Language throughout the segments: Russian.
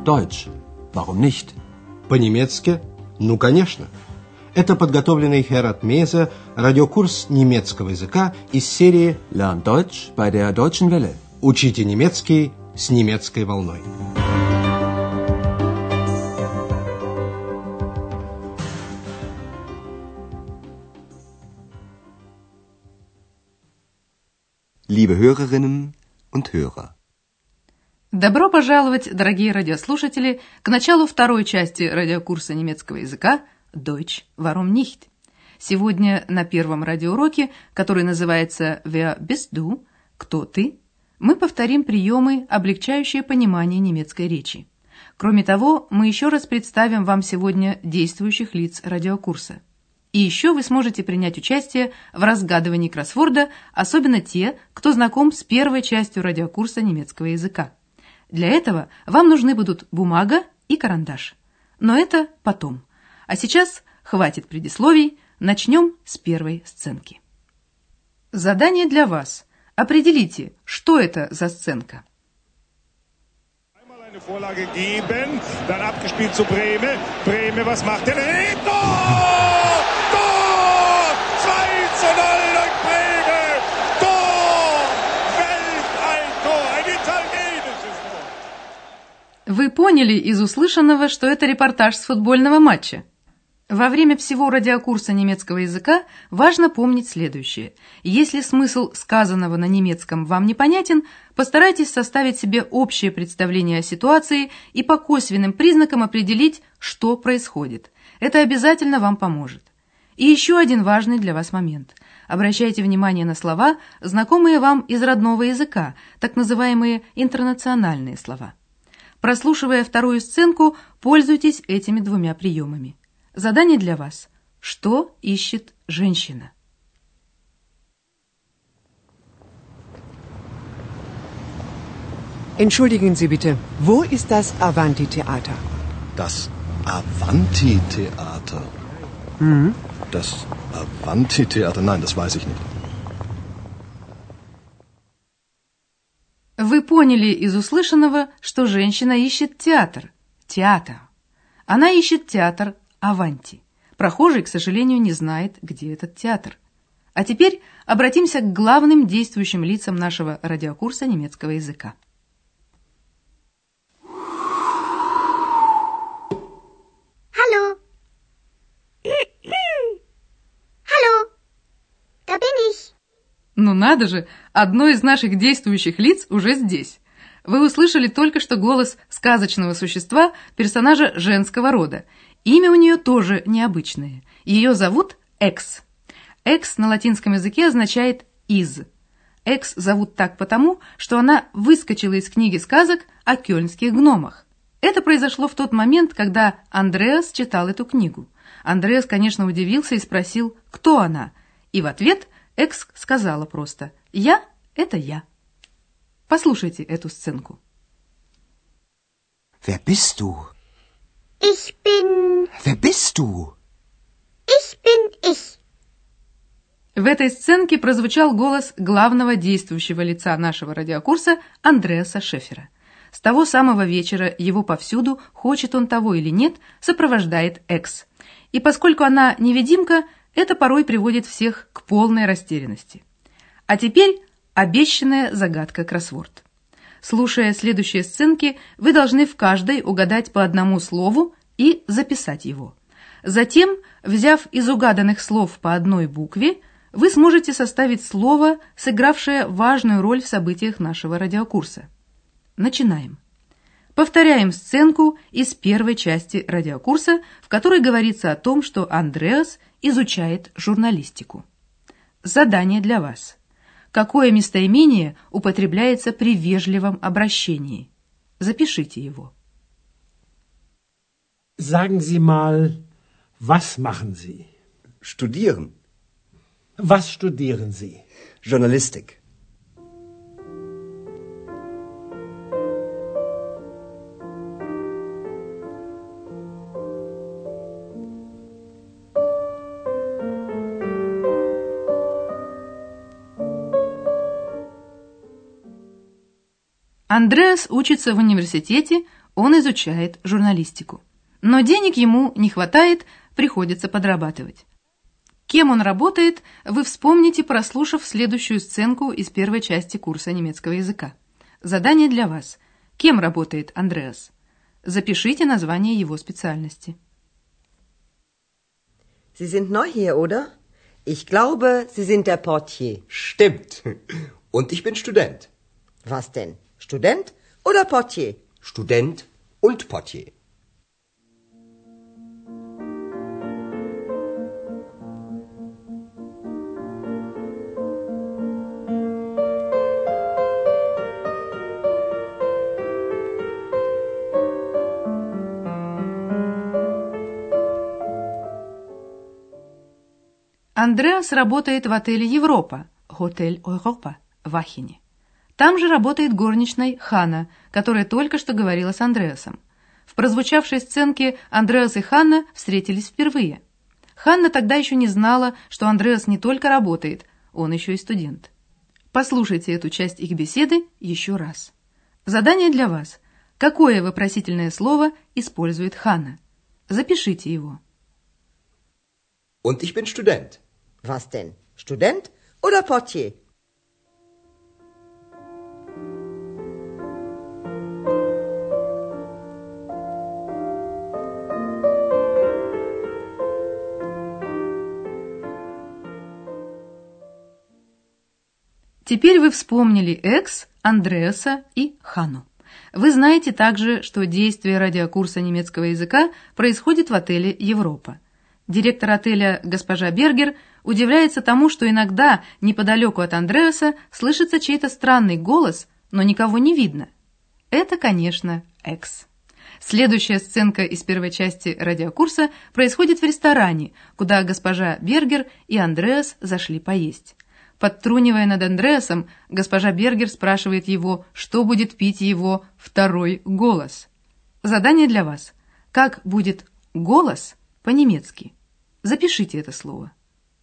Deutsch. Warum nicht? По-немецки? Ну, конечно. Это подготовленный Херат Мейзе радиокурс немецкого языка из серии Lern Deutsch bei der Deutschen Welle. «Учите немецкий с немецкой волной». Liebe Hörerinnen und Hörer. Добро пожаловать, дорогие радиослушатели, к началу второй части радиокурса немецкого языка Deutsch, warum nicht? Сегодня на первом радиоуроке, который называется Wer bist du? Кто ты? Мы повторим приемы, облегчающие понимание немецкой речи. Кроме того, мы еще раз представим вам сегодня действующих лиц радиокурса. И еще вы сможете принять участие в разгадывании кроссворда, особенно те, кто знаком с первой частью радиокурса немецкого языка. Для этого вам нужны будут бумага и карандаш. Но это потом. А сейчас хватит предисловий, начнем с первой сценки. Задание для вас. Определите, что это за сценка. Eine Vorlage geben, dann abgespielt zu Brehme. Brehme, was macht der? Tor! Tor! 2:0 durch Brehme! Tor! Weltalltor! Ein italienisches Tor! Вы поняли из услышанного, что это репортаж с футбольного матча? Во время всего радиокурса немецкого языка важно помнить следующее. Если смысл сказанного на немецком вам непонятен, постарайтесь составить себе общее представление о ситуации и по косвенным признакам определить, что происходит. Это обязательно вам поможет. И еще один важный для вас момент. Обращайте внимание на слова, знакомые вам из родного языка, так называемые интернациональные слова. Прослушивая вторую сценку, пользуйтесь этими двумя приемами. Задание для вас. Что ищет женщина? Entschuldigen Sie bitte, wo ist das Avanti-Theater? Das Avanti-Theater? Das Avanti-Theater? Nein, das weiß ich nicht. Вы поняли из услышанного, что женщина ищет театр. Театр. Она ищет театр Аванти. Прохожий, к сожалению, не знает, где этот театр. А теперь обратимся к главным действующим лицам нашего радиокурса немецкого языка. Hallo. Hallo. Da bin ich. Ну надо же, одно из наших действующих лиц уже здесь. Вы услышали только что голос сказочного существа, персонажа женского рода. Имя у нее тоже необычное. Ее зовут Экс. Экс на латинском языке означает «из». Экс зовут так потому, что она выскочила из книги сказок о кёльнских гномах. Это произошло в тот момент, когда Андреас читал эту книгу. Андреас, конечно, удивился и спросил, кто она. И в ответ Экс сказала просто «Я – это я». Послушайте эту сценку. Wer bist du? Ich bin... Wer bist du? Ich bin ich. В этой сценке прозвучал голос главного действующего лица нашего радиокурса Андреаса Шефера. С того самого вечера его повсюду, хочет он того или нет, сопровождает Экс. И поскольку она невидимка, это порой приводит всех к полной растерянности. А теперь обещанная загадка кроссворд. Слушая следующие сценки, вы должны в каждой угадать по одному слову и записать его. Затем, взяв из угаданных слов по одной букве, вы сможете составить слово, сыгравшее важную роль в событиях нашего радиокурса. Начинаем. Повторяем сценку из первой части радиокурса, в которой говорится о том, что Андреас изучает журналистику. Задание для вас. Какое местоимение употребляется при вежливом обращении? Запишите его. Sagen Sie mal, was machen Sie? Studieren. Was studieren Sie? Journalistik. Андреас учится в университете, Он изучает журналистику. Но денег ему не хватает, приходится подрабатывать. Кем он работает, вы вспомните, прослушав следующую сценку из первой части курса немецкого языка. Задание для вас. Кем работает Андреас? Запишите название его специальности. Sie sind neu hier, oder? Ich glaube, Sie sind der Portier. Stimmt. Und ich bin Student. Was denn? Student oder Portier? Student und Portier. Андреас работает в отеле «Европа», Hotel Europa, в Ахене. Там же работает горничной Ханна, которая только что говорила с Андреасом. В прозвучавшей сценке Андреас и Ханна встретились впервые. Ханна тогда еще не знала, что Андреас не только работает, он еще и студент. Послушайте эту часть их беседы еще раз. Задание для вас. Какое вопросительное слово использует Ханна? Запишите его. Und ich bin Student. Was denn? Student oder Portier? Теперь вы вспомнили Экс, Андреаса и Ханну. Вы знаете также, что действие радиокурса немецкого языка происходит в отеле «Европа». Директор отеля госпожа Бергер удивляется тому, что иногда неподалеку от Андреаса слышится чей-то странный голос, но никого не видно. Это, конечно, Экс. Следующая сценка из первой части радиокурса происходит в ресторане, куда госпожа Бергер и Андреас зашли поесть. Подтрунивая над Андреасом, госпожа Бергер спрашивает его, что будет пить его второй голос. Задание для вас. Как будет «голос» по-немецки? Запишите это слово.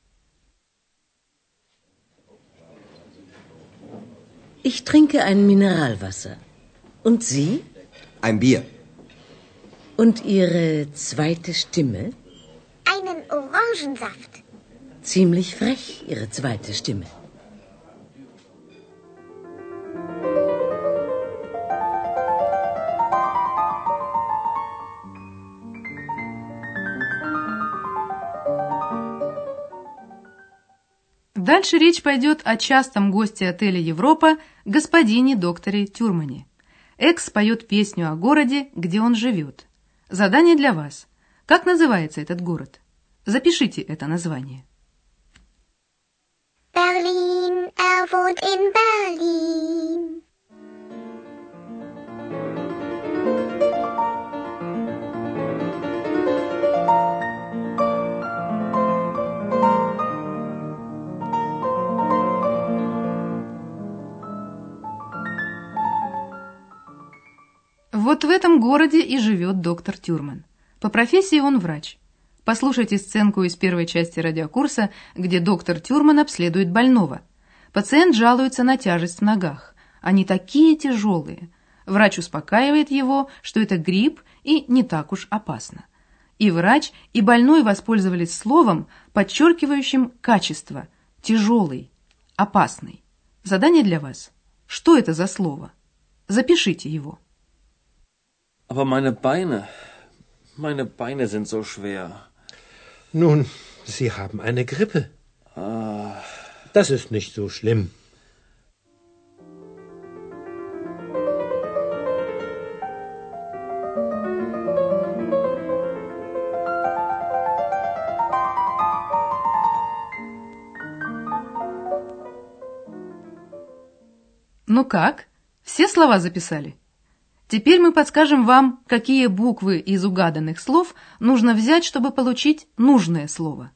Ich trinke ein Mineralwasser. Und Sie? Ein Bier. Und Ihre zweite Stimme? Einen Orangensaft. Ziemlich frech, Ihre zweite Stimme. Дальше речь пойдет о частом госте отеля «Европа» господине докторе Тюрмане. Экс поет песню о городе, где он живет. Задание для вас. Как называется этот город? Запишите это название. Berlin, wohnt in Berlin. Вот в этом городе и живет доктор Тюрман. По профессии он врач. Послушайте сценку из первой части радиокурса, где доктор Тюрман обследует больного. Пациент жалуется на тяжесть в ногах. Они такие тяжелые. Врач успокаивает его, что это грипп и не так уж опасно. И врач, и больной воспользовались словом, подчеркивающим качество «тяжелый», «опасный». Задание для вас. Что это за слово? Запишите его. Aber meine Beine sind so schwer. Nun, Sie haben eine Grippe. Das ist nicht so schlimm. Ну как? Все слова записали? Теперь мы подскажем вам, какие буквы из угаданных слов нужно взять, чтобы получить нужное слово.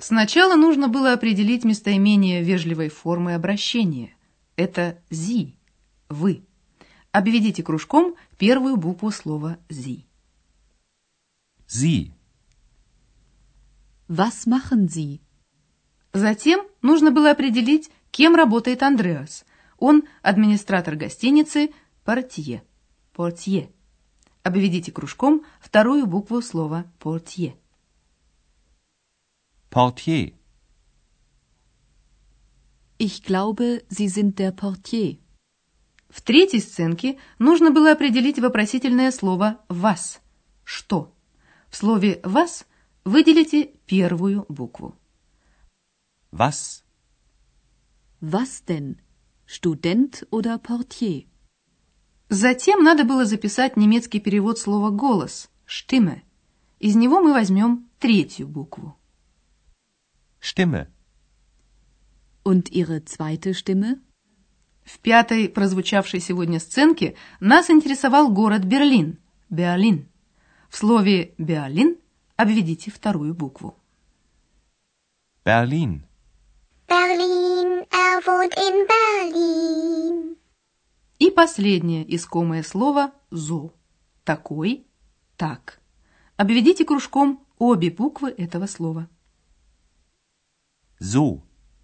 Сначала нужно было определить местоимение вежливой формы обращения. Это «Sie» – «вы». Обведите кружком первую букву слова «Sie». Sie. Was machen Sie? Затем нужно было определить, кем работает Андреас. Он администратор гостиницы «Портье». «Портье». Обведите кружком вторую букву слова «портье». Portier. Ich glaube, Sie sind der Portier. В третьей сценке нужно было определить вопросительное слово «was» – «что». В слове «was» выделите первую букву. Was? Was denn? Student oder Portier? Затем надо было записать немецкий перевод слова «голос» – «Stimme». Из него мы возьмем третью букву. Stimme. Und Ihre zweite Stimme? В пятой прозвучавшей сегодня сценке нас интересовал город Берлин – Берлин. В слове «Берлин» обведите вторую букву. Berlin. Berlin, wohnt in Berlin. И последнее искомое слово «so» – такой, так. Обведите кружком обе буквы этого слова. So.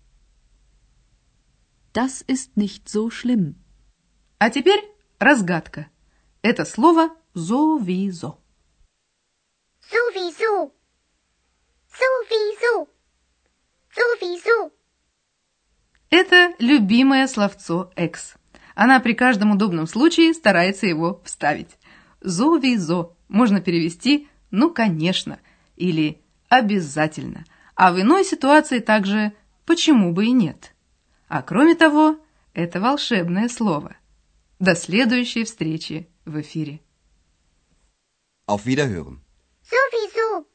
Das ist nicht so schlimm. А теперь разгадка. Это слово «sowieso». Sowieso. Sowieso. Sowieso. Это любимое словцо Экс. Она при каждом удобном случае старается его вставить. «Sowieso» можно перевести «ну, конечно» или «обязательно», а в иной ситуации также «почему бы и нет». А кроме того, это волшебное слово. До следующей встречи в эфире. Auf Wiederhören. Sowieso.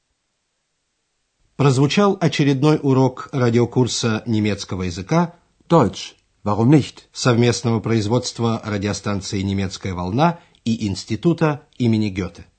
Прозвучал очередной урок радиокурса немецкого языка Deutsch. Warum nicht? совместного производства радиостанции «Немецкая волна» и Института имени Гёте.